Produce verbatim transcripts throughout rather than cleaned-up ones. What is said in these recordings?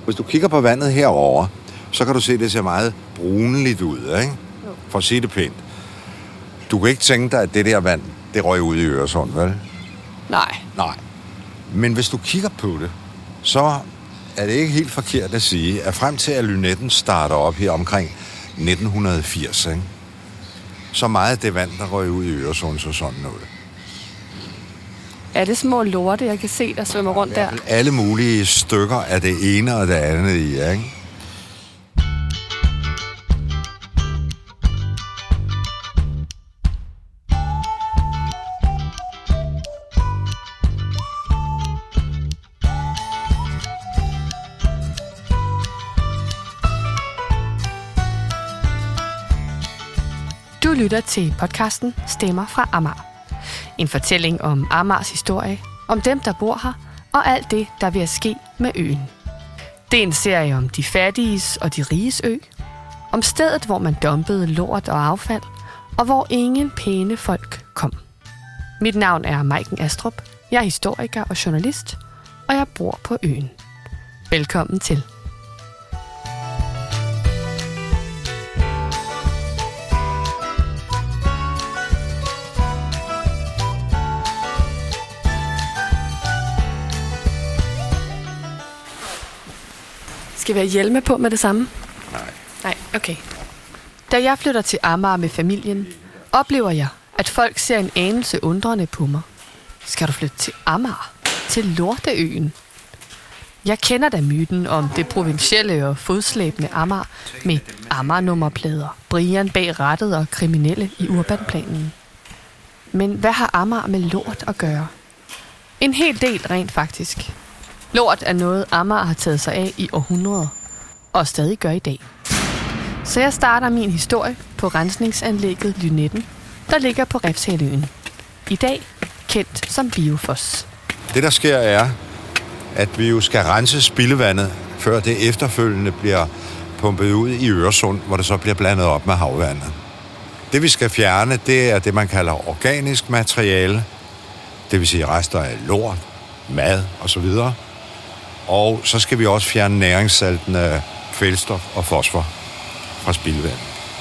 Hvis du kigger på vandet herover, så kan du se, at det ser meget brunligt ud, ikke? For at sige det pænt. Du kan ikke tænke dig, at det der vand, det røg ud i Øresund, vel? Nej. Nej. Men hvis du kigger på det, så er det ikke helt forkert at sige, at frem til at Lynetten starter op her omkring nitten firs, ikke? Så meget af det vand, der røg ud i Øresund, så sådan noget. Er det små lorte, jeg kan se, der svømmer rundt der? Alle mulige stykker af det ene og det andet i, ikke? Du lytter til podcasten Stemmer fra Amager. En fortælling om Amagers historie, om dem, der bor her, og alt det, der vil ske med øen. Det er en serie om de fattiges og de riges ø, om stedet, hvor man dumpede lort og affald, og hvor ingen pæne folk kom. Mit navn er Maiken Astrup, jeg er historiker og journalist, og jeg bor på øen. Velkommen til. Skal vi have hjelme på med det samme? Nej. Nej, okay. Da jeg flytter til Amager med familien, oplever jeg, at folk ser en anelse undrende på mig. Skal du flytte til Amager? Til Lorteøen? Jeg kender da myten om det provincielle og fodslæbende Amager med Amager-nummerplader, Brian bag rattet og kriminelle i urbanplanen. Men hvad har Amager med lort at gøre? En hel del rent faktisk. Lort er noget, Amager har taget sig af i århundreder, og stadig gør i dag. Så jeg starter min historie på rensningsanlægget Lynetten, der ligger på Refshaleøen. I dag kendt som Biofos. Det, der sker, er, at vi jo skal rense spildevandet, før det efterfølgende bliver pumpet ud i Øresund, hvor det så bliver blandet op med havvandet. Det, vi skal fjerne, det er det, man kalder organisk materiale, det vil sige rester af lort, mad osv., og så skal vi også fjerne næringssaltene kvælstof og fosfor fra spildevandet.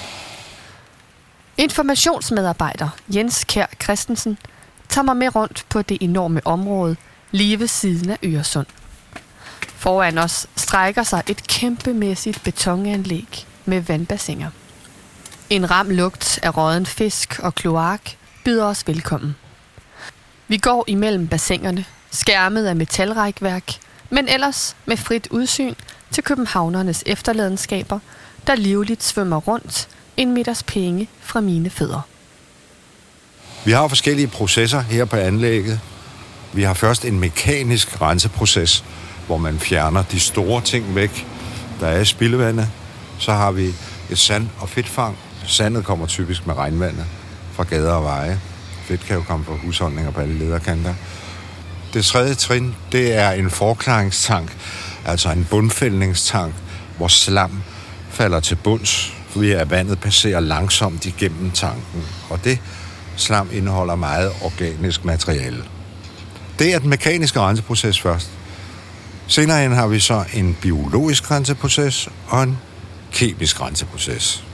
Informationsmedarbejder Jens Kjær Christensen tager mig med rundt på det enorme område lige ved siden af Øresund. Foran os strækker sig et kæmpemæssigt betonanlæg med vandbassiner. En ram lugt af rådden fisk og kloak byder os velkommen. Vi går imellem bassinerne, skærmet af metalrækværk, men ellers med frit udsyn til københavnernes efterladenskaber, der livligt svømmer rundt en meters penge fra mine fødder. Vi har forskellige processer her på anlægget. Vi har først en mekanisk renseproces, hvor man fjerner de store ting væk, der er i spildevandet. Så har vi et sand- og fedtfang. Sandet kommer typisk med regnvandet fra gader og veje. Fedt kan jo komme fra husholdninger på alle lederkanter. Det tredje trin, det er en forklaringstank, altså en bundfældningstank, hvor slam falder til bunds, fordi at vandet passerer langsomt igennem tanken. Og det slam indeholder meget organisk materiale. Det er den mekaniske renseproces først. Senere hen har vi så en biologisk renseproces og en kemisk renseproces.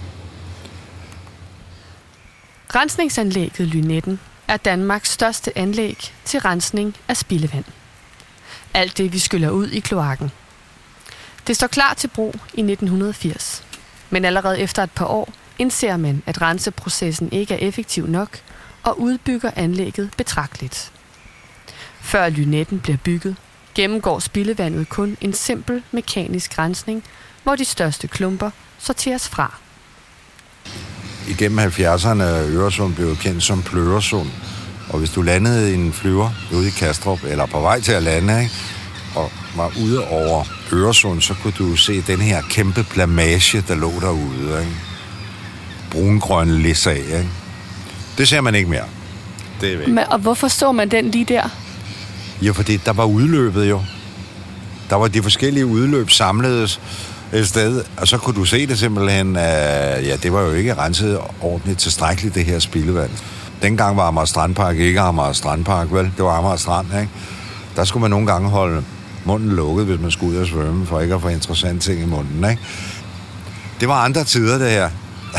Rensningsanlægget Lynetten er Danmarks største anlæg til rensning af spildevand. Alt det, vi skyller ud i kloakken. Det står klar til brug i nitten firs, men allerede efter et par år indser man, at renseprocessen ikke er effektiv nok og udbygger anlægget betragteligt. Før Lynetten bliver bygget, gennemgår spildevandet kun en simpel mekanisk rensning, hvor de største klumper sorteres fra. Igennem halvfjerdserne er Øresund blevet kendt som Pløresund. Og hvis du landede i en flyver ude i Kastrup, eller på vej til at lande, ikke, og var ude over Øresund, så kunne du se den her kæmpe blamage, der lå derude. Ikke? Brungrønne læsag. Ikke? Det ser man ikke mere. Det er væk. Men, og hvorfor så man den lige der? Jo, fordi der var udløbet jo. Der var de forskellige udløb samledes et sted, og så kunne du se det simpelthen, at ja, det var jo ikke renset ordentligt tilstrækkeligt, det her spildevand. Dengang var Amager Strandpark ikke Amager Strandpark, vel? Det var Amager Strand, ikke? Der skulle man nogle gange holde munden lukket, hvis man skulle ud og svømme, for ikke at få interessante ting i munden, ikke? Det var andre tider, det her.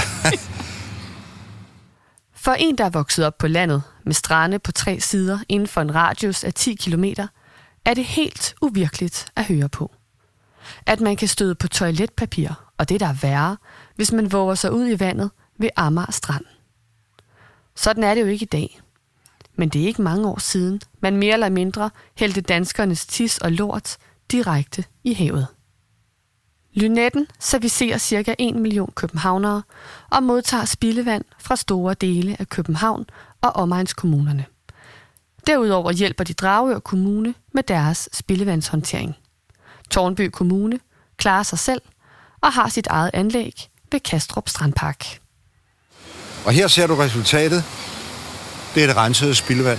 For en, der er vokset op på landet med strande på tre sider inden for en radius af ti kilometer, er det helt uvirkeligt at høre på. At man kan støde på toiletpapir, og det der er værre, hvis man våger sig ud i vandet ved Amager Strand. Sådan er det jo ikke i dag. Men det er ikke mange år siden, man mere eller mindre hældte danskernes tis og lort direkte i havet. Lynetten servicerer cirka en million københavnere og modtager spildevand fra store dele af København og omegnskommunerne. Derudover hjælper de Dragør Kommune med deres spildevandshåndtering. Tårnby Kommune klarer sig selv og har sit eget anlæg ved Kastrup Strandpark. Og her ser du resultatet. Det er et renset spildevand.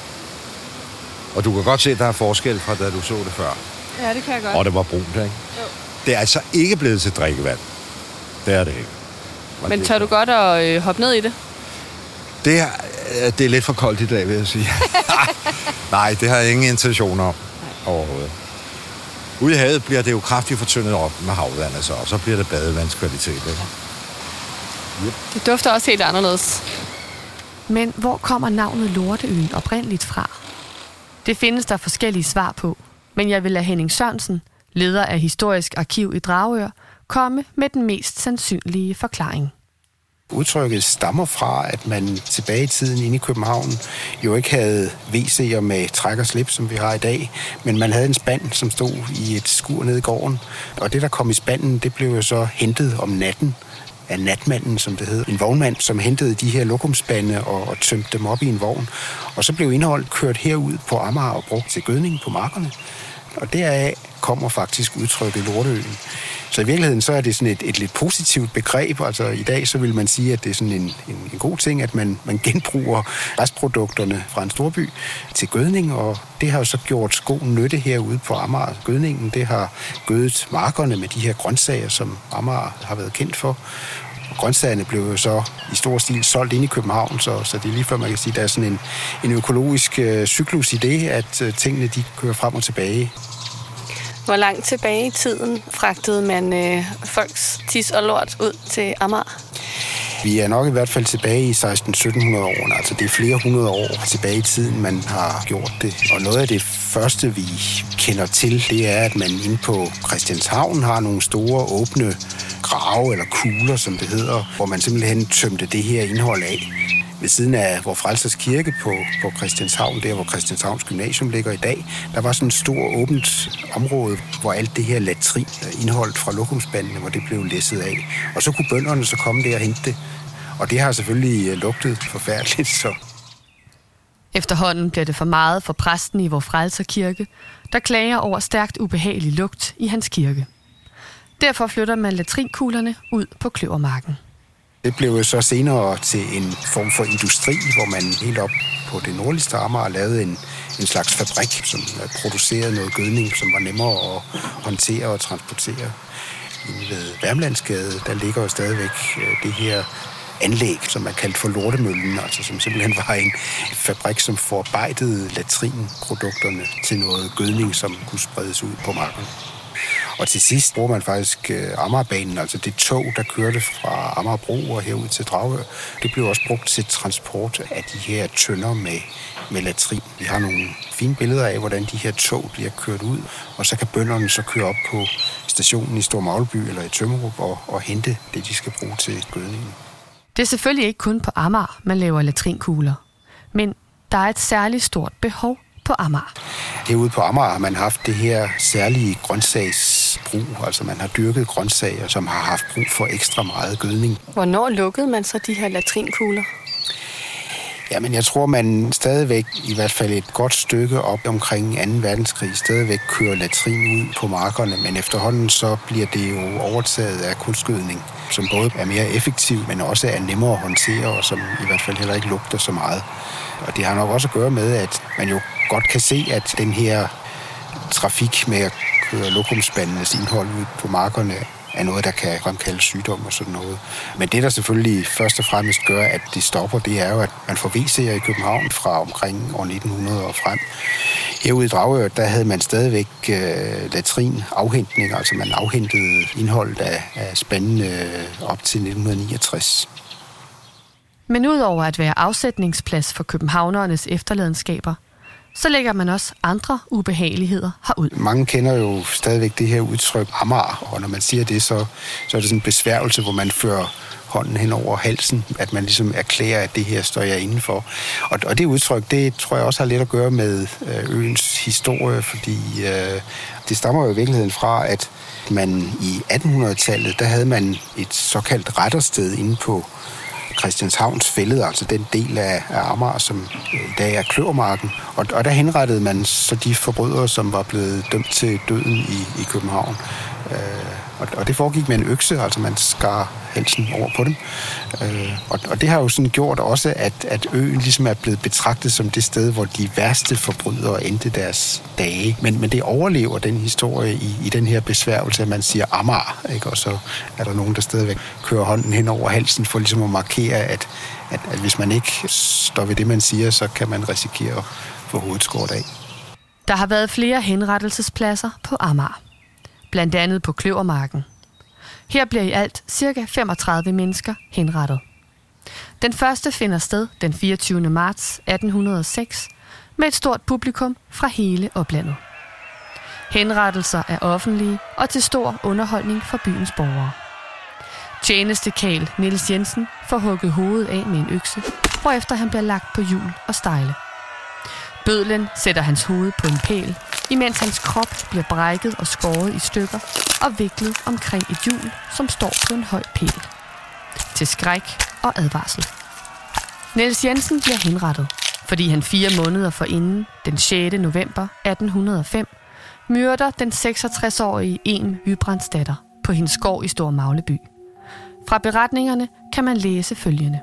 Og du kan godt se, at der er forskel fra, da du så det før. Ja, det kan jeg godt. Og det var brunt, ikke? Jo. Det er altså ikke blevet til drikkevand. Det er det ikke. Men, Men tør du godt at øh, hoppe ned i det? Det er, det er lidt for koldt i dag, vil jeg sige. Nej, det har jeg ingen intention om overhovedet. Ude i havet bliver det jo kraftigt fortyndet op med havvand, altså, og så bliver det badevandskvalitet. Ikke? Yep. Det dufter også helt anderledes. Men hvor kommer navnet Lorteøen oprindeligt fra? Det findes der forskellige svar på, men jeg vil lade Henning Sørensen, leder af Historisk Arkiv i Dragør, komme med den mest sandsynlige forklaring. Udtrykket stammer fra, at man tilbage i tiden inde i København jo ikke havde W C'er med træk og slip, som vi har i dag, men man havde en spand, som stod i et skur nede i gården, og det, der kom i spanden, det blev jo så hentet om natten af natmanden, som det hed. En vognmand, som hentede de her lokumspande og, og tømte dem op i en vogn, og så blev indholdet kørt herud på Amager og brugt til gødning på markerne. Og deraf kommer faktisk udtrykket Lorteøen. Så i virkeligheden så er det sådan et, et lidt positivt begreb. Altså i dag så vil man sige, at det er sådan en, en, en god ting, at man, man genbruger restprodukterne fra en storby til gødning, og det har jo så gjort god nytte herude på Amager. Gødningen, det har gødet markerne med de her grøntsager, som Amager har været kendt for. Og grøntsagerne blev jo så i stor stil solgt ind i København, så, så det er lige før man kan sige, at der er sådan en, en økologisk øh, cyklus i det, at øh, tingene de kører frem og tilbage. Hvor langt tilbage i tiden fragtede man øh, folks tis og lort ud til Amager? Vi er nok i hvert fald tilbage i seksten sytten hundrede årene, altså det er flere hundrede år tilbage i tiden, man har gjort det. Og noget af det første, vi kender til, det er, at man inde på Christianshavn har nogle store åbne grave eller kugler, som det hedder, hvor man simpelthen tømte det her indhold af. Ved siden af Vor Frelsers Kirke på, på Christianshavn, der hvor Christianshavns Gymnasium ligger i dag, der var sådan et stort åbent område, hvor alt det her latrin indholdt fra lokumsbandene, hvor det blev læsset af. Og så kunne bønderne så komme der og hente det. Og det har selvfølgelig lugtet forfærdeligt. Så. Efterhånden bliver det for meget for præsten i Vor Frelser Kirke, der klager over stærkt ubehagelig lugt i hans kirke. Derfor flytter man latrinkuglerne ud på Kløvermarken. Det blev jo så senere til en form for industri, hvor man helt op på det nordligste Amager lavede en, en slags fabrik, som producerede noget gødning, som var nemmere at håndtere og transportere. Ved Værmlandsgade, der ligger jo stadigvæk det her anlæg, som er kaldt for Lortemøllen, altså som simpelthen var en fabrik, som forarbejdede latrinprodukterne til noget gødning, som kunne spredes ud på marken. Og til sidst bruger man faktisk Amagerbanen, altså det tog, der kørte fra Amagerbro og herud til Dragør. Det blev også brugt til transport af de her tønder med, med latrin. Vi har nogle fine billeder af, hvordan de her tog bliver kørt ud, og så kan bønderne så køre op på stationen i Stor Magleby eller i Tømmerup og, og hente det, de skal bruge til gødningen. Det er selvfølgelig ikke kun på Amager, man laver latrinkugler, men der er et særligt stort behov på Amager. Herude på Amager har man haft det her særlige grøntsagsbrug, altså man har dyrket grøntsager, som har haft brug for ekstra meget gødning. Hvornår lukkede man så de her latrinkugler? Jamen, jeg tror, man stadigvæk, i hvert fald et godt stykke op omkring anden verdenskrig, stadigvæk kører latrin ud på markerne, men efterhånden så bliver det jo overtaget af kunstgødning, som både er mere effektiv, men også er nemmere at håndtere, og som i hvert fald heller ikke lugter så meget. Og det har nok også at gøre med, at man jo godt kan se, at den her trafik med at køre lokumsbandenes indhold ud på markerne er noget, der kan fremkalde sygdom og sådan noget. Men det, der selvfølgelig først og fremmest gør, at det stopper, det er jo, at man får W C'er i København fra omkring år nitten hundrede og frem. Herude i Dragør, der havde man stadigvæk øh, latrinafhentning, altså man afhentede indholdet af, af spandene op til nitten niogtres. Men udover at være afsætningsplads for københavnernes efterladenskaber, så lægger man også andre ubehageligheder herud. Mange kender jo stadigvæk det her udtryk Amager, og når man siger det, så, så er det sådan en besværgelse, hvor man fører hånden hen over halsen, at man ligesom erklærer, at det her står jeg indenfor. Og, og det udtryk, det tror jeg også har lidt at gøre med øh, øens historie, fordi øh, det stammer jo i virkeligheden fra, at man i attenhundredetallet, der havde man et såkaldt rettersted inde på Christianshavns Fælled, altså den del af, af Amager, som i dag er Kløvermarken. Og, og der henrettede man så de forbrydere, som var blevet dømt til døden i, i København. Øh, og, og det foregik med en økse, altså man skar halsen over på dem. Øh, og, og det har jo sådan gjort også, at, at øen ligesom er blevet betragtet som det sted, hvor de værste forbrydere endte deres dage. Men, men det overlever den historie i, i den her besværgelse, at man siger Amager, ikke? Og så er der nogen, der stadigvæk kører hånden hen over halsen for ligesom at markere, at, at, at hvis man ikke står ved det, man siger, så kan man risikere at få hovedet skåret af. Der har været flere henrettelsespladser på Amager, blandt andet på Kløvermarken. Her bliver i alt ca. femogtredive mennesker henrettet. Den første finder sted den fireogtyvende marts atten hundrede og seks med et stort publikum fra hele oplandet. Henrettelser er offentlige og til stor underholdning for byens borgere. Tjenestekarl Niels Jensen får hugget hovedet af med en økse, hvorefter han bliver lagt på hjul og stejle. Bødlen sætter hans hoved på en pæl, imens hans krop bliver brækket og skåret i stykker og viklet omkring et hjul, som står på en høj pæl. Til skræk og advarsel. Niels Jensen bliver henrettet, fordi han fire måneder forinden, den sjette november atten hundrede og fem, myrder den seksogtres-årige Em Vybrandsdatter på hendes gård i Store Magleby. Fra beretningerne kan man læse følgende.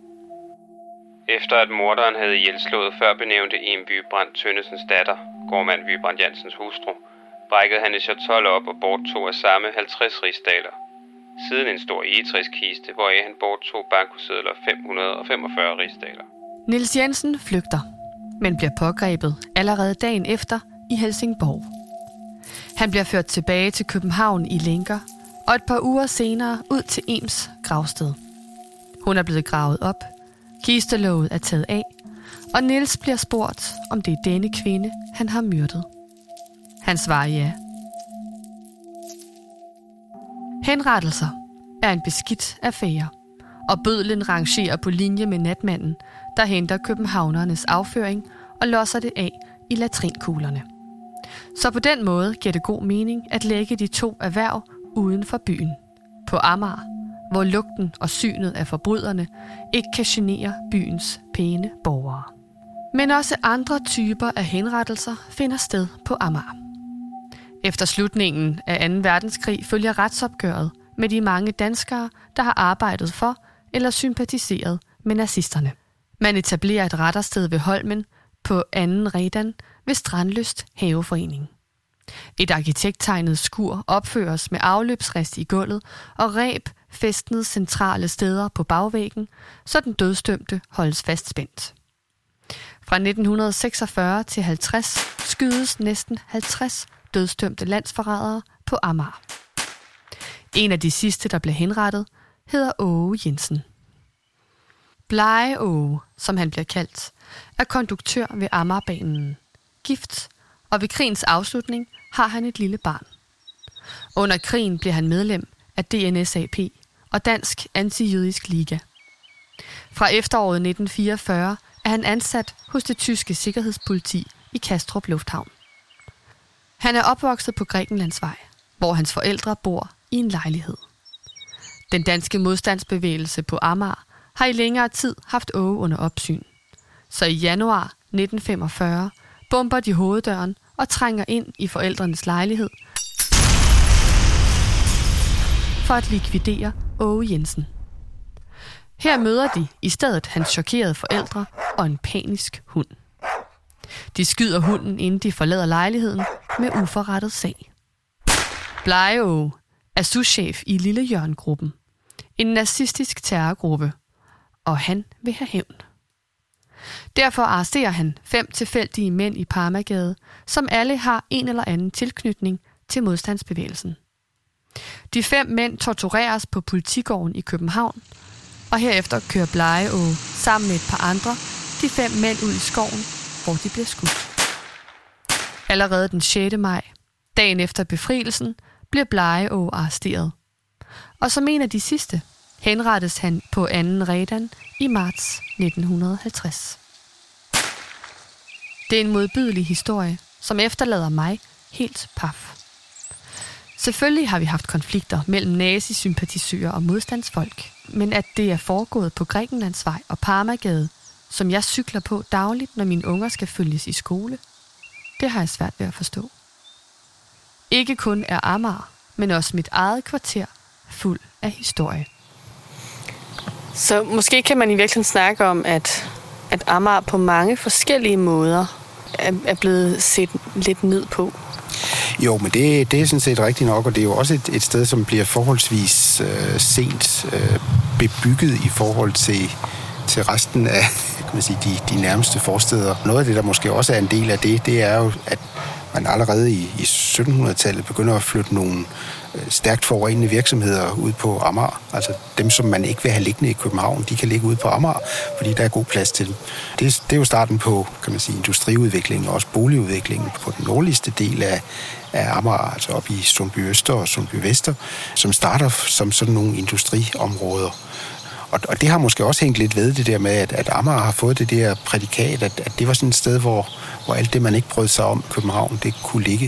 Efter at morderen havde ihjelslået førbenævnte Em Vybrand Tønnesens datter, gårdmand Vybrand Jansens hustru, brækkede han et chatol op og borttog af samme halvtreds rigsdaler. Siden en stor egetræskiste, hvoraf han borttog bankosedler fem hundrede og femogfyrre rigsdaler. Niels Jensen flygter, men bliver pågrebet allerede dagen efter i Helsingborg. Han bliver ført tilbage til København i lænker, og et par uger senere ud til Ems gravsted. Hun er blevet gravet op, kistelåget er taget af, og Niels bliver spurgt, om det er denne kvinde, han har myrdet. Han svarer ja. Henrettelser er en beskidt affære, og bødlen rangerer på linje med natmanden, der henter københavnernes afføring og losser det af i latrinkuglerne. Så på den måde giver det god mening at lægge de to erhverv uden for byen. På Amager, hvor lugten og synet af forbryderne ikke kan genere byens pæne borgere. Men også andre typer af henrettelser finder sted på Amager. Efter slutningen af anden verdenskrig følger retsopgøret med de mange danskere, der har arbejdet for eller sympatiseret med nazisterne. Man etablerer et rettersted ved Holmen på anden Redan ved Strandlyst Haveforening. Et arkitekttegnet skur opføres med afløbsrist i gulvet og reb fæstnet centrale steder på bagvæggen, så den dødsdømte holdes fastspændt. Fra nitten seksogfyrre til halvtreds skydes næsten halvtreds dødsdømte landsforrædere på Amager. En af de sidste, der blev henrettet, hedder Åge Jensen. Blege Åge, som han bliver kaldt, er konduktør ved Amagerbanen, gift, og ved krigens afslutning har han et lille barn. Under krigen bliver han medlem af D N S A P og Dansk Antijødisk Liga. Fra efteråret nitten fireogfyrre er han ansat hos det tyske sikkerhedspoliti i Kastrup Lufthavn. Han er opvokset på Grækenlandsvej, hvor hans forældre bor i en lejlighed. Den danske modstandsbevægelse på Amager har i længere tid haft Åge under opsyn. Så i januar nitten femogfyrre bomber de hoveddøren og trænger ind i forældrenes lejlighed for at likvidere Åge Jensen. Her møder de i stedet hans chokerede forældre og en panisk hund. De skyder hunden, inden de forlader lejligheden med uforrettet sag. Blege Åge er souschef i Lille Jørgen-gruppen, en nazistisk terrorgruppe, og han vil have hævn. Derfor arresterer han fem tilfældige mænd i Parmagade, som alle har en eller anden tilknytning til modstandsbevægelsen. De fem mænd tortureres på Politigården i København, og herefter kører Blegå sammen med et par andre de fem mænd ud i skoven, hvor de bliver skudt. Allerede den sjette maj, dagen efter befrielsen, bliver Blegå arresteret. Og som en af de sidste, henrettes han på anden redan i marts nitten halvtreds. Det er en modbydelig historie, som efterlader mig helt paf. Selvfølgelig har vi haft konflikter mellem nazisympatisører og modstandsfolk, men at det er foregået på Grækenlandsvej og Parmagade, som jeg cykler på dagligt, når mine unger skal følges i skole, det har jeg svært ved at forstå. Ikke kun er Amager, men også mit eget kvarter fuld af historie. Så måske kan man i virkeligheden snakke om, at, at Amager på mange forskellige måder er, er blevet set lidt ned på. Jo, men det, det er sådan set rigtigt nok, og det er jo også et, et sted, som bliver forholdsvis øh, sent øh, bebygget i forhold til, til resten af kan man sige, de, de nærmeste forsteder. Noget af det, der måske også er en del af det, det er jo, at man allerede i, i syttenhundredetallet begynder at flytte nogle øh, stærkt forurenende virksomheder ud på Amager. Altså dem, som man ikke vil have liggende i København, de kan ligge ude på Amager, fordi der er god plads til dem. Det, det er jo starten på, kan man sige, industriudviklingen og også boligudviklingen på den nordligste del af, af Amager, altså op i Sundby Øster og Sundby Vester, som starter som sådan nogle industriområder. Og, og det har måske også hængt lidt ved det der med, at, at Amager har fået det der prædikat, at, at det var sådan et sted, hvor, hvor alt det, man ikke brød sig om København, det kunne ligge.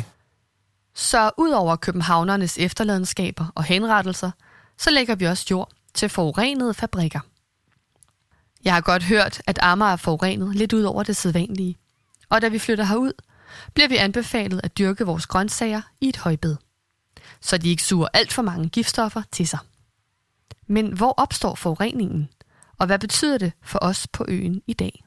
Så ud over københavnernes efterladenskaber og henrettelser, så lægger vi også jord til forurenede fabrikker. Jeg har godt hørt, at Amager er forurenet lidt ud over det sædvanlige. Og da vi flytter herud, bliver vi anbefalet at dyrke vores grøntsager i et højbed, så de ikke suger alt for mange giftstoffer til sig. Men hvor opstår forureningen, og hvad betyder det for os på øen i dag?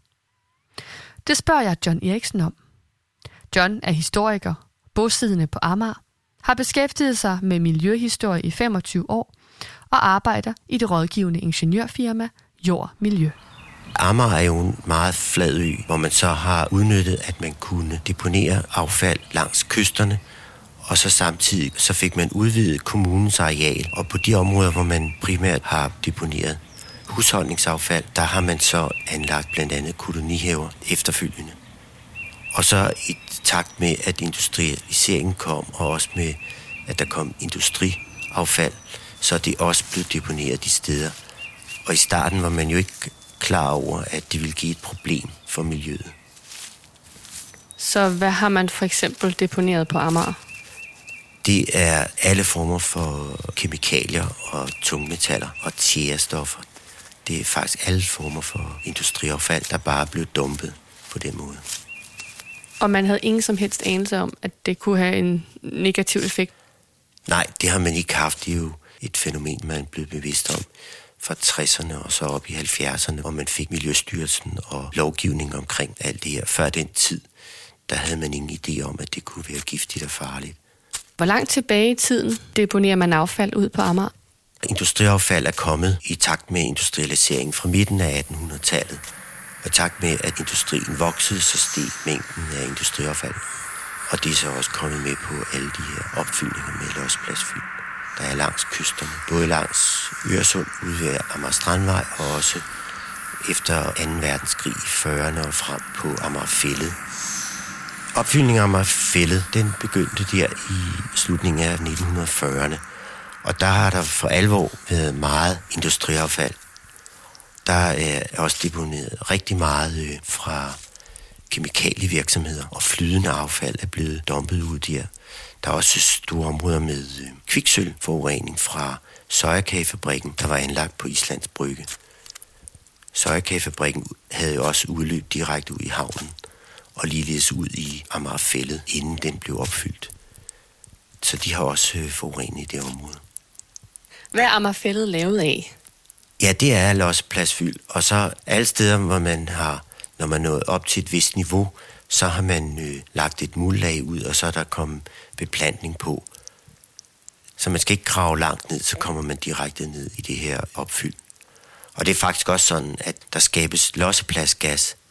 Det spørger jeg John Eriksen om. John er historiker, bosiddende på Amager, har beskæftiget sig med miljøhistorie i femogtyve år og arbejder i det rådgivende ingeniørfirma Jord Miljø. Amager er jo en meget flad ø, hvor man så har udnyttet, at man kunne deponere affald langs kysterne, og så samtidig så fik man udvidet kommunens areal. Og på de områder, hvor man primært har deponeret husholdningsaffald, der har man så anlagt blandt andet kolonihaver efterfølgende. Og så i takt med, at industrialiseringen kom, og også med, at der kom industriaffald, så er det også blevet deponeret de steder. Og i starten var man jo ikke klar over, at det ville give et problem for miljøet. Så hvad har man for eksempel deponeret på Amager? Det er alle former for kemikalier og tungmetaller og tjærestoffer. Det er faktisk alle former for industriaffald, der bare blev dumpet på den måde. Og man havde ingen som helst anelse om, at det kunne have en negativ effekt? Nej, det har man ikke haft. Det er jo et fænomen, man blev bevidst om fra tresserne og så op i halvfjerdserne, hvor man fik Miljøstyrelsen og lovgivning omkring alt det her. Før den tid, der havde man ingen idé om, at det kunne være giftigt og farligt. Hvor langt tilbage i tiden deponerer man affald ud på Amager? Industriaffald er kommet i takt med industrialiseringen fra midten af attenhundredetallet. Og i takt med, at industrien voksede, så steg mængden af industriaffald. Og det er så også kommet med på alle de her opfyldninger med lossepladsfyld, der er langs kysterne. Både langs Øresund ude ved Amager Strandvej, og også efter anden verdenskrig i fyrrerne og frem på Amager Fælled. Opfyldningen af Amager Fælled, den begyndte der i slutningen af nitten fyrrerne. Og der har der for alvor været meget industriaffald. Der er også deponeret rigtig meget fra kemikalievirksomheder, og flydende affald er blevet dumpet ud der. Der er også store områder med kviksølvforurening fra sojakagefabrikken, der var anlagt på Islands Brygge. Sojakagefabrikken havde jo også udløb direkte ud i havnen, og ligeledes ud i Amager Fælled, inden den blev opfyldt. Så de har også forurenet i det område. Hvad er Amager Fælled lavet af? Ja, det er lossepladsfyld, og så alle steder, hvor man har, når man nået op til et vist niveau, så har man øh, lagt et muldlag ud, og så er der kommet beplantning på. Så man skal ikke grave langt ned, så kommer man direkte ned i det her opfyld. Og det er faktisk også sådan, at der skabes lossepladsgas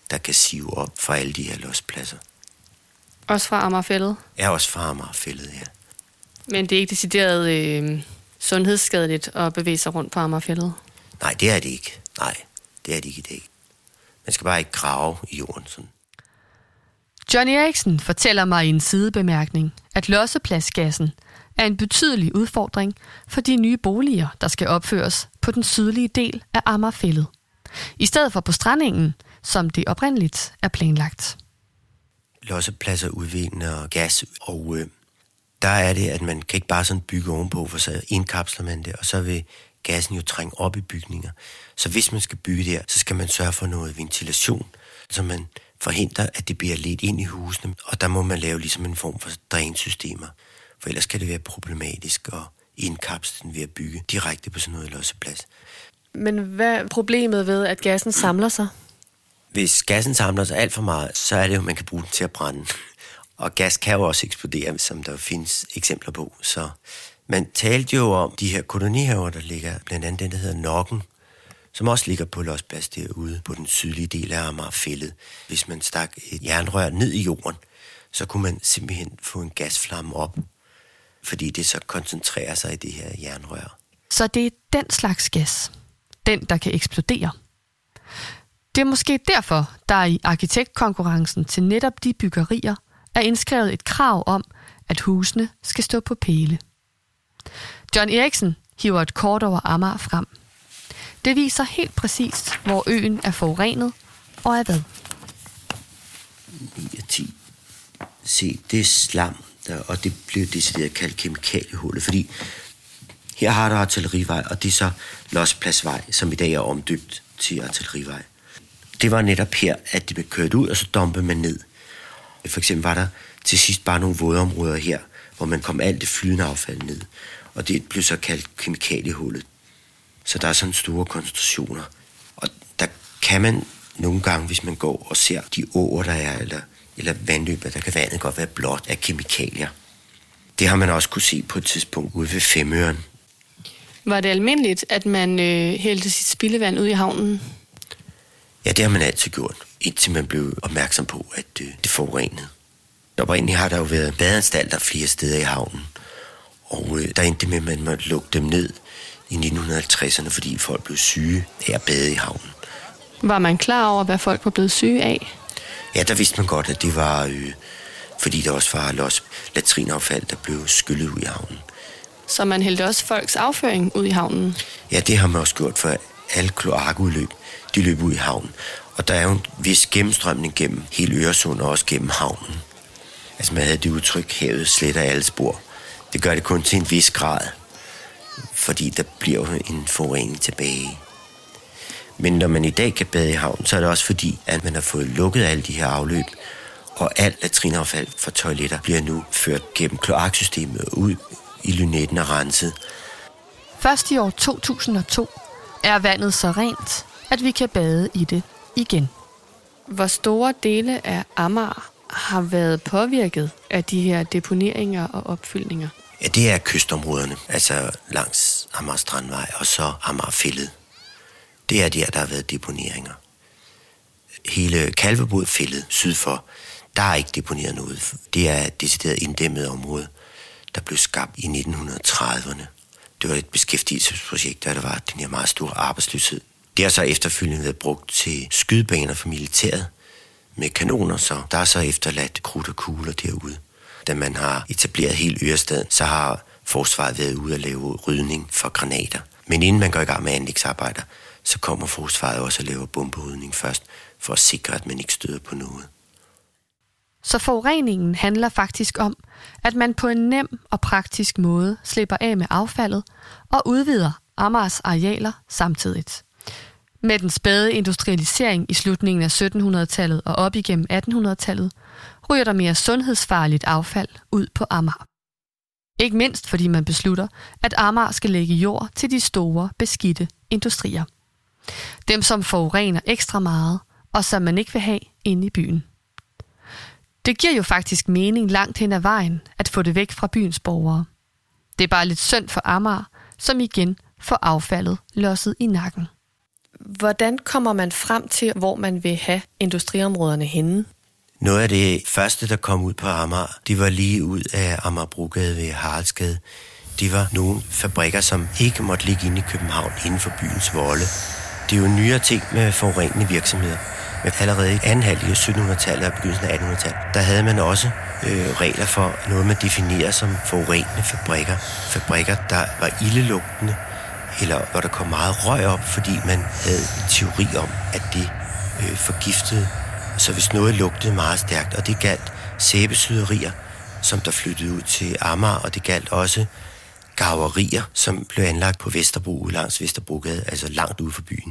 der kan sive op fra alle de her lospladser. Også fra Amagerfælled? Ja, også fra Amagerfælled, ja. Men det er ikke decideret øh, sundhedsskadeligt at bevæge sig rundt på Amagerfælled? Nej, det er det ikke. Nej, det er det ikke i dag. Man skal bare ikke grave i jorden sådan. Johnny Eriksen fortæller mig i en sidebemærkning, at lossepladsgassen er en betydelig udfordring for de nye boliger, der skal opføres på den sydlige del af Amagerfælled, i stedet for på Strandengen, som det oprindeligt er planlagt. Lossepladser udvinder gas, og øh, der er det, at man kan ikke bare sådan bygge ovenpå, for så indkapsler man det, og så vil gassen jo trænge op i bygninger. Så hvis man skal bygge der, så skal man sørge for noget ventilation, så man forhindrer, at det bliver ledt ind i husene, og der må man lave ligesom en form for drænsystemer, for ellers kan det være problematisk at indkapsle den ved at bygge direkte på sådan noget losseplads. Men hvad er problemet ved, at gassen samler sig? Hvis gassen samler sig alt for meget, så er det jo, at man kan bruge den til at brænde. Og gas kan jo også eksplodere, som der findes eksempler på. Så man talte jo om de her kolonihaver, der ligger, blandt andet den, der hedder Nokken, som også ligger på losplads derude på den sydlige del af Amagerfælled. Hvis man stak et jernrør ned i jorden, så kunne man simpelthen få en gasflamme op, fordi det så koncentrerer sig i det her jernrør. Så det er den slags gas, den der kan eksplodere. Det er måske derfor, der i arkitektkonkurrencen til netop de byggerier er indskrevet et krav om, at husene skal stå på pæle. John Eriksen hiver et kort over Amager frem. Det viser helt præcist, hvor øen er forurenet og er hvad. ni og ti. Se, det er slam, der, og det blev decideret kaldt kemikaliehullet, fordi her har der artillerivej, og det er så Lospladsvej, som i dag er omdøbt til artillerivej. Det var netop her, at det blev kørt ud, og så dumpede man ned. For eksempel var der til sidst bare nogle vådområder her, hvor man kom alt det flydende affald ned, og det blev så kaldt kemikaliehullet. Så der er sådan store koncentrationer. Og der kan man nogle gange, hvis man går og ser de åer, der er, eller, eller vandløber, der kan vandet godt være blåt af kemikalier. Det har man også kunne se på et tidspunkt ude ved Femøren. Var det almindeligt, at man øh, hældte sit spildevand ud i havnen? Ja, det har man altid gjort, indtil man blev opmærksom på, at øh, det forurenede. Oprindeligt har der jo været badeanstalter flere steder i havnen, og øh, der endte med, at man måtte lukke dem ned i nitten halvtredserne, fordi folk blev syge af at bade i havnen. Var man klar over, hvad folk var blevet syge af? Ja, der vidste man godt, at det var, øh, fordi der også var los latrinaffald, der blev skyllet ud i havnen. Så man hældte også folks afføring ud i havnen? Ja, det har man også gjort, for alle kloakudløb, de løb ud i havnen. Og der er jo en vis gennemstrømning gennem hele Øresund og også gennem havnen. Altså man havde det udtryk, havet sletter alle spor. Det gør det kun til en vis grad, fordi der bliver jo en forurening tilbage. Men når man i dag kan bade i havnen, så er det også fordi, at man har fået lukket alle de her afløb, og alt latrinaffald fra toiletter bliver nu ført gennem kloaksystemet ud i Lynetten og renset. Først i år to tusind og to er vandet så rent, at vi kan bade i det igen. Hvor store dele af Amager har været påvirket af de her deponeringer og opfyldninger? Ja, det er kystområderne, altså langs Amager Strandvej og så Amagerfælled. Det er der, der har været deponeringer. Hele Kalvebodfældet syd for, der er ikke deponeret noget. Det er et decideret inddæmmet område, der blev skabt i nitten trediverne. Det var et beskæftigelsesprojekt, der var den her meget store arbejdsløshed. Det har så efterfølgende været brugt til skydebaner for militæret med kanoner, så der er så efterladt krudt og kugler derude. Da man har etableret hele Ørestaden, så har forsvaret været ude at lave rydning for granater. Men inden man går i gang med anlægsarbejder, så kommer forsvaret også at lave bomberydning først, for at sikre, at man ikke støder på noget. Så forureningen handler faktisk om, at man på en nem og praktisk måde slipper af med affaldet og udvider Amagers arealer samtidigt. Med den spæde industrialisering i slutningen af syttenhundredetallet og op igennem attenhundredetallet, ryger der mere sundhedsfarligt affald ud på Amager. Ikke mindst fordi man beslutter, at Amager skal lægge jord til de store, beskidte industrier. Dem, som forurener ekstra meget, og som man ikke vil have inde i byen. Det giver jo faktisk mening langt hen ad vejen at få det væk fra byens borgere. Det er bare lidt synd for Amager, som igen får affaldet losset i nakken. Hvordan kommer man frem til, hvor man vil have industriområderne henne? Noget af det første, der kom ud på Amager, det var lige ud af Amagerbrogade ved Haraldsgade. Det var nogle fabrikker, som ikke måtte ligge inde i København inden for byens volde. Det er jo nyere ting med forurenende virksomheder. Men allerede i anden halvdel af syttenhundredetallet og begyndelsen af attenhundredetallet, der havde man også øh, regler for noget, man definerer som forurenende fabrikker. Fabrikker, der var ildelugtende, eller hvor der kom meget røg op, fordi man havde en teori om, at det øh, forgiftede. Så hvis noget lugtede meget stærkt, og det galt sæbesyderier, som der flyttede ud til Amager, og det galt også garverier, som blev anlagt på Vesterbro, langs Vesterbrogade, altså langt ude for byen.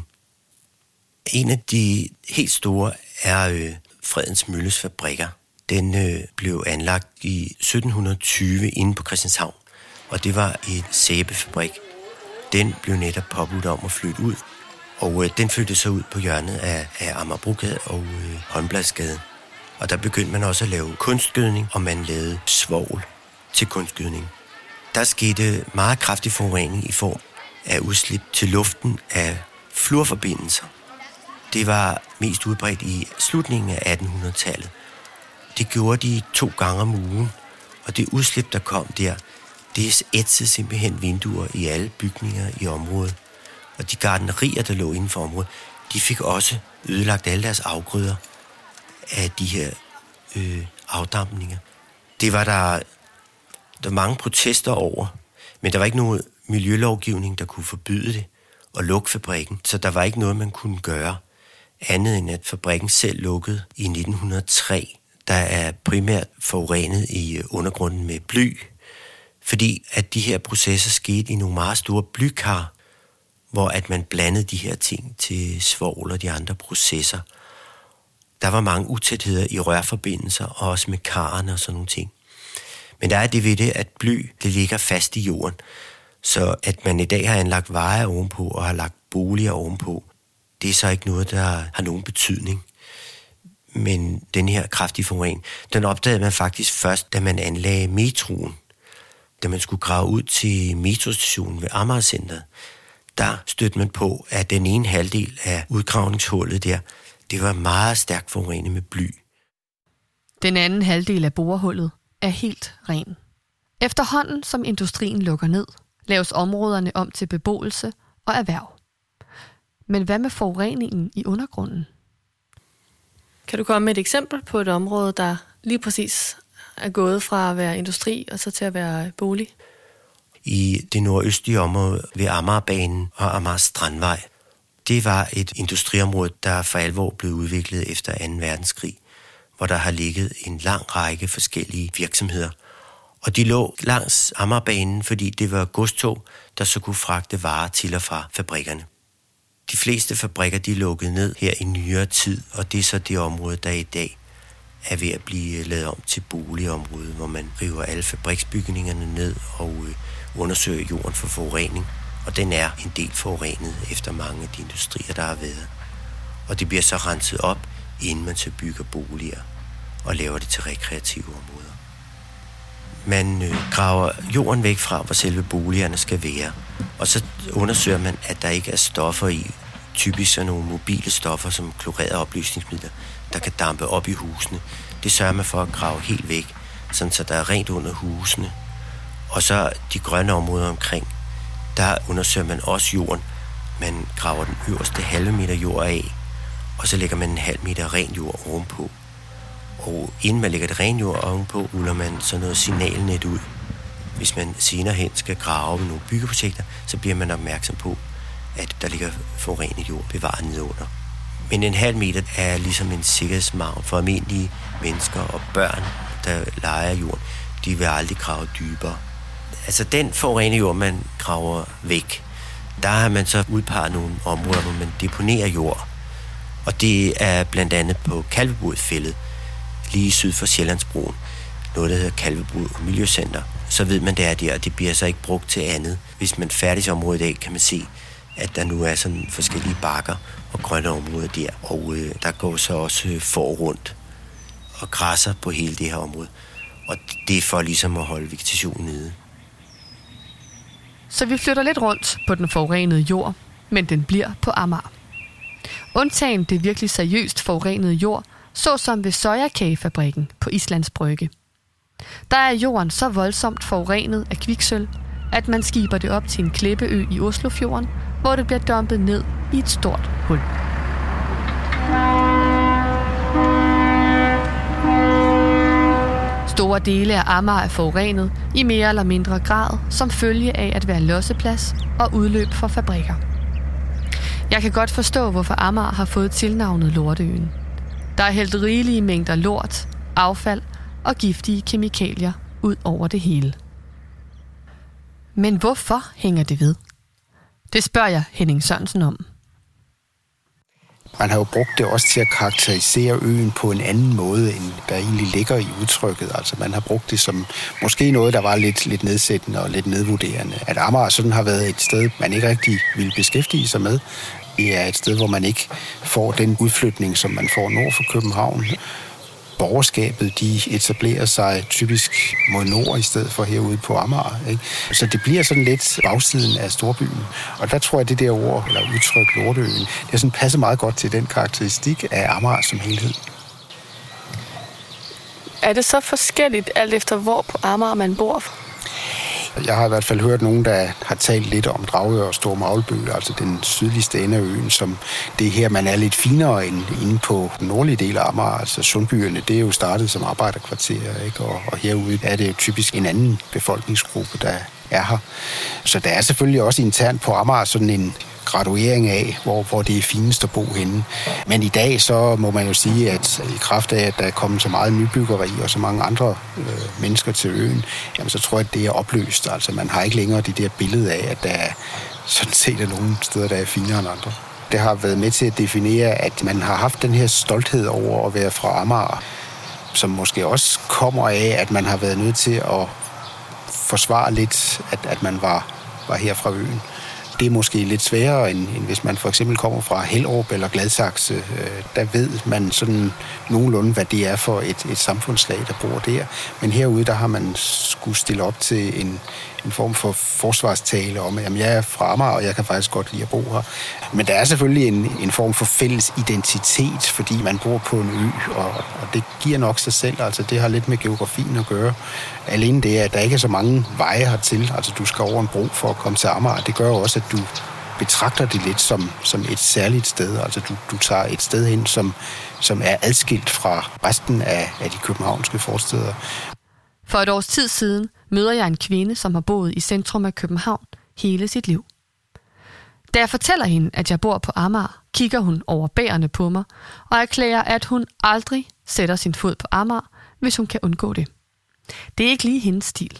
En af de helt store er øh, Fredens Mølles fabrikker. Den øh, blev anlagt i sytten tyve inde på Christianshavn, og det var et sæbefabrik. Den blev netop påbudt om at flytte ud, og øh, den flyttede så ud på hjørnet af, af Amagerbrogade og øh, Håndbladsgade. Og der begyndte man også at lave kunstgødning, og man lavede svovl til kunstgødning. Der skete meget kraftig forurening i form af udslip til luften af fluorforbindelser. Det var mest udbredt i slutningen af attenhundredetallet. Det gjorde de to gange om ugen, og det udslip, der kom der, det ætsede simpelthen vinduer i alle bygninger i området. Og de gartnerier, der lå inden for området, de fik også ødelagt alle deres afgrøder af de her øh, afdampninger. Det var der, der var mange protester over, men der var ikke nogen miljølovgivning, der kunne forbyde det og lukke fabrikken. Så der var ikke noget, man kunne gøre, andet end at fabrikken selv lukkede i nitten hundrede og tre, der er primært forurenet i undergrunden med bly, fordi at de her processer skete i nogle meget store blykar, hvor at man blandede de her ting til svovl og de andre processer. Der var mange utætheder i rørforbindelser, og også med karrene og sådan nogle ting. Men der er det ved det, at bly det ligger fast i jorden, så at man i dag har anlagt veje ovenpå og har lagt boliger ovenpå, det er så ikke noget, der har nogen betydning. Men den her kraftige forurening, den opdagede man faktisk først, da man anlagde metroen. Da man skulle grave ud til metrostationen ved Amagercentret, der stødte man på, at den ene halvdel af udgravningshullet der, det var meget stærkt forurenet med bly. Den anden halvdel af borehullet er helt ren. Efterhånden som industrien lukker ned, laves områderne om til beboelse og erhverv. Men hvad med forureningen i undergrunden? Kan du komme med et eksempel på et område, der lige præcis er gået fra at være industri og så til at være bolig? I det nordøstlige område ved Amagerbanen og Amager Strandvej. Det var et industriområde, der for alvor blev udviklet efter anden verdenskrig, hvor der har ligget en lang række forskellige virksomheder. Og de lå langs Amagerbanen, fordi det var godstog, der så kunne fragte varer til og fra fabrikkerne. De fleste fabrikker de lukkede ned her i nyere tid, og det er så det område, der i dag er ved at blive lavet om til boligområde, hvor man river alle fabriksbygningerne ned og øh, undersøger jorden for forurening. Og den er en del forurenet efter mange af de industrier, der har været. Og det bliver så renset op, inden man så bygger boliger og laver det til rekreative områder. Man øh, graver jorden væk fra, hvor selve boligerne skal være. Og så undersøger man, at der ikke er stoffer i, typisk sådan nogle mobile stoffer som klorerede opløsningsmidler, der kan dampe op i husene. Det sørger man for at grave helt væk, sådan så der er rent under husene. Og så de grønne områder omkring, der undersøger man også jorden. Man graver den øverste halve meter jord af, og så lægger man en halv meter ren jord ovenpå. Og inden man lægger det ren jord ovenpå, ruller man så noget signalnet ud. Hvis man senere hen skal grave med nogle byggeprojekter, så bliver man opmærksom på, at der ligger forurenet jord bevaret nedunder. Men en halv meter er ligesom en sikkerhedsmargin for almindelige mennesker og børn, der leger jorden. De vil aldrig grave dybere. Altså den forurenede jord, man graver væk, der har man så udpeget nogle områder, hvor man deponerer jord. Og det er blandt andet på Kalvebodfældet, lige syd for Sjællandsbroen. Noget, der hedder Kalvebod Miljøcenter. Så ved man, det er der, og det bliver så ikke brugt til andet. Hvis man færdiges området i dag, kan man se, at der nu er sådan forskellige bakker og grønne områder der. Og øh, der går så også øh, for rundt og græsser på hele det her område. Og det er for ligesom at holde vegetationen nede. Så vi flytter lidt rundt på den forurenede jord, men den bliver på Amager. Undtagen det virkelig seriøst forurenede jord, såsom ved sojakagefabrikken på Islands Brygge. Der er jorden så voldsomt forurenet af kviksølv, at man skiber det op til en klippeø i Oslofjorden, hvor det bliver dumpet ned i et stort hul. Store dele af Amager er forurenet i mere eller mindre grad, som følge af at være losseplads og udløb for fabrikker. Jeg kan godt forstå, hvorfor Amager har fået tilnavnet Lorteøen. Der er hældt rigelige mængder lort, affald og giftige kemikalier ud over det hele. Men hvorfor hænger det ved? Det spørger jeg Henning Sørensen om. Man har jo brugt det også til at karakterisere øen på en anden måde, end der egentlig ligger i udtrykket. Altså man har brugt det som måske noget, der var lidt, lidt nedsættende og lidt nedvurderende. At Amager sådan har været et sted, man ikke rigtig ville beskæftige sig med. Det er et sted, hvor man ikke får den udflytning, som man får nord for København. Borgerskabet, de etablerer sig typisk mod nord i stedet for herude på Amager. Ikke? Så det bliver sådan lidt bagsiden af storbyen. Og der tror jeg, det der ord, eller udtryk Lorteøen, det sådan passer meget godt til den karakteristik af Amager som helhed. Er det så forskelligt, alt efter hvor på Amager man bor? Jeg har i hvert fald hørt nogen, der har talt lidt om Dragør og Store Maglbø, altså den sydligste ende af øen, som det her, man er lidt finere end inde på den nordlige del af Amager. Altså Sundbyerne, det er jo startet som arbejderkvarterer, ikke? Og, og herude er det jo typisk en anden befolkningsgruppe, der er her. Så der er selvfølgelig også internt på Amager sådan en graduering af, hvor, hvor det er finest at bo henne. Men i dag så må man jo sige, at i kraft af, at der er kommet så meget nybyggeri og så mange andre øh, mennesker til øen, jamen så tror jeg, at det er opløst. Altså man har ikke længere det der billede af, at der er sådan set er nogle steder, der er finere end andre. Det har været med til at definere, at man har haft den her stolthed over at være fra Amager, som måske også kommer af, at man har været nødt til at forsvare lidt, at, at man var, var her fra øen. Det er måske lidt sværere, end, end hvis man for eksempel kommer fra Hellerup eller Gladsaxe. Øh, der ved man sådan nogenlunde, hvad det er for et, et samfundslag, der bor der. Men herude, der har man skulle stille op til en, en form for forsvarstale om, at jeg er fra Amager, og jeg kan faktisk godt lide at bo her. Men der er selvfølgelig en, en form for fælles identitet, fordi man bor på en ø, og, og det giver nok sig selv. Altså, det har lidt med geografien at gøre. Alene det, at der ikke er så mange veje hertil, altså du skal over en bro for at komme til Amager, det gør også, at du betragter det lidt som, som et særligt sted. Altså du, du tager et sted hen, som, som er adskilt fra resten af, af de københavnske forstæder. For et års tid siden møder jeg en kvinde, som har boet i centrum af København hele sit liv. Da jeg fortæller hende, at jeg bor på Amager, kigger hun overbærende på mig og erklærer, at hun aldrig sætter sin fod på Amager, hvis hun kan undgå det. Det er ikke lige hendes stil.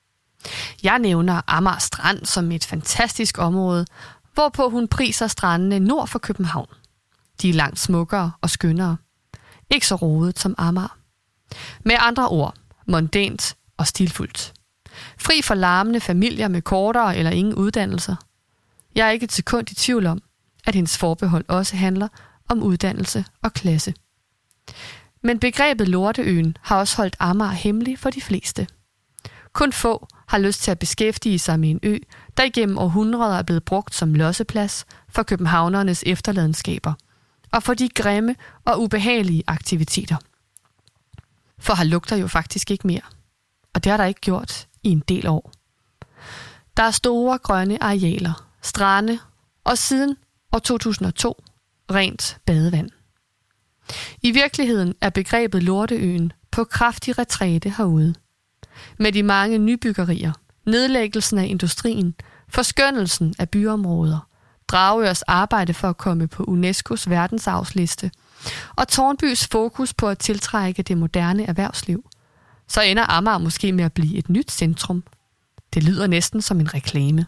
Jeg nævner Amager Strand som et fantastisk område, hvorpå hun priser strandene nord for København. De er langt smukkere og skønnere. Ikke så rodet som Amager. Med andre ord, mondænt og stilfuldt. Fri for larmende familier med kortere eller ingen uddannelser. Jeg er ikke et sekund i tvivl om, at hendes forbehold også handler om uddannelse og klasse. Men begrebet Lorteøen har også holdt Amager hemmelig for de fleste. Kun få har lyst til at beskæftige sig med en ø, der igennem århundreder er blevet brugt som losseplads for københavnernes efterladenskaber og for de grimme og ubehagelige aktiviteter. For her lugter jo faktisk ikke mere, og det har der ikke gjort i en del år. Der er store grønne arealer, strande og siden år to tusind og to rent badevand. I virkeligheden er begrebet Lorteøen på kraftig retræte herude. Med de mange nybyggerier, nedlæggelsen af industrien, forskønnelsen af byområder, Dragørs arbejde for at komme på UNESCOs verdensarvsliste og Tårnbys fokus på at tiltrække det moderne erhvervsliv, så ender Amager måske med at blive et nyt centrum. Det lyder næsten som en reklame.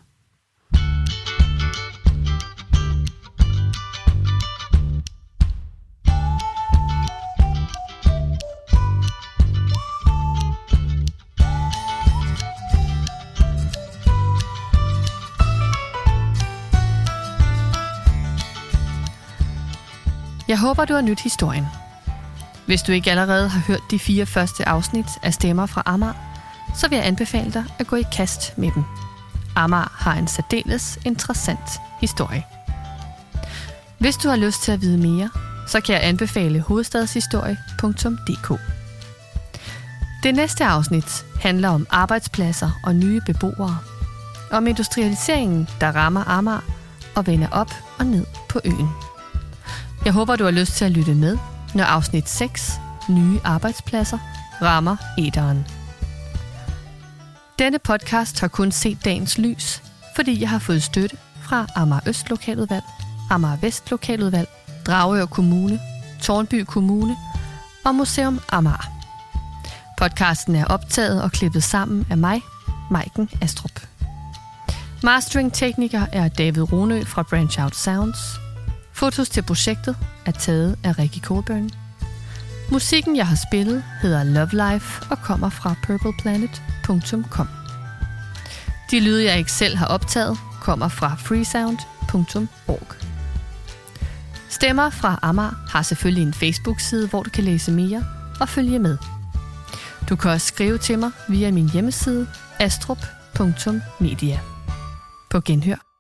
Jeg håber, du har nydt historien. Hvis du ikke allerede har hørt de fire første afsnit af Stemmer fra Amager, så vil jeg anbefale dig at gå i kast med dem. Amager har en særdeles interessant historie. Hvis du har lyst til at vide mere, så kan jeg anbefale hovedstadshistorie punktum d k. Det næste afsnit handler om arbejdspladser og nye beboere. Om industrialiseringen, der rammer Amager og vender op og ned på øen. Jeg håber, du har lyst til at lytte med, når afsnit seks, nye arbejdspladser, rammer æteren. Denne podcast har kun set dagens lys, fordi jeg har fået støtte fra Amager Øst Lokaludvalg, Amager Vest Lokaludvalg, Dragør Kommune, Tårnby Kommune og Museum Amager. Podcasten er optaget og klippet sammen af mig, Maiken Astrup. Mastering-tekniker er David Ronø fra Branch Out Sounds. Fotos til projektet er taget af Rikke Colburn. Musikken, jeg har spillet, hedder Love Life og kommer fra purple planet punktum com. De lyde, jeg ikke selv har optaget, kommer fra freesound punktum org. Stemmer fra Amager har selvfølgelig en Facebook-side, hvor du kan læse mere og følge med. Du kan også skrive til mig via min hjemmeside astrup punktum media. På genhør.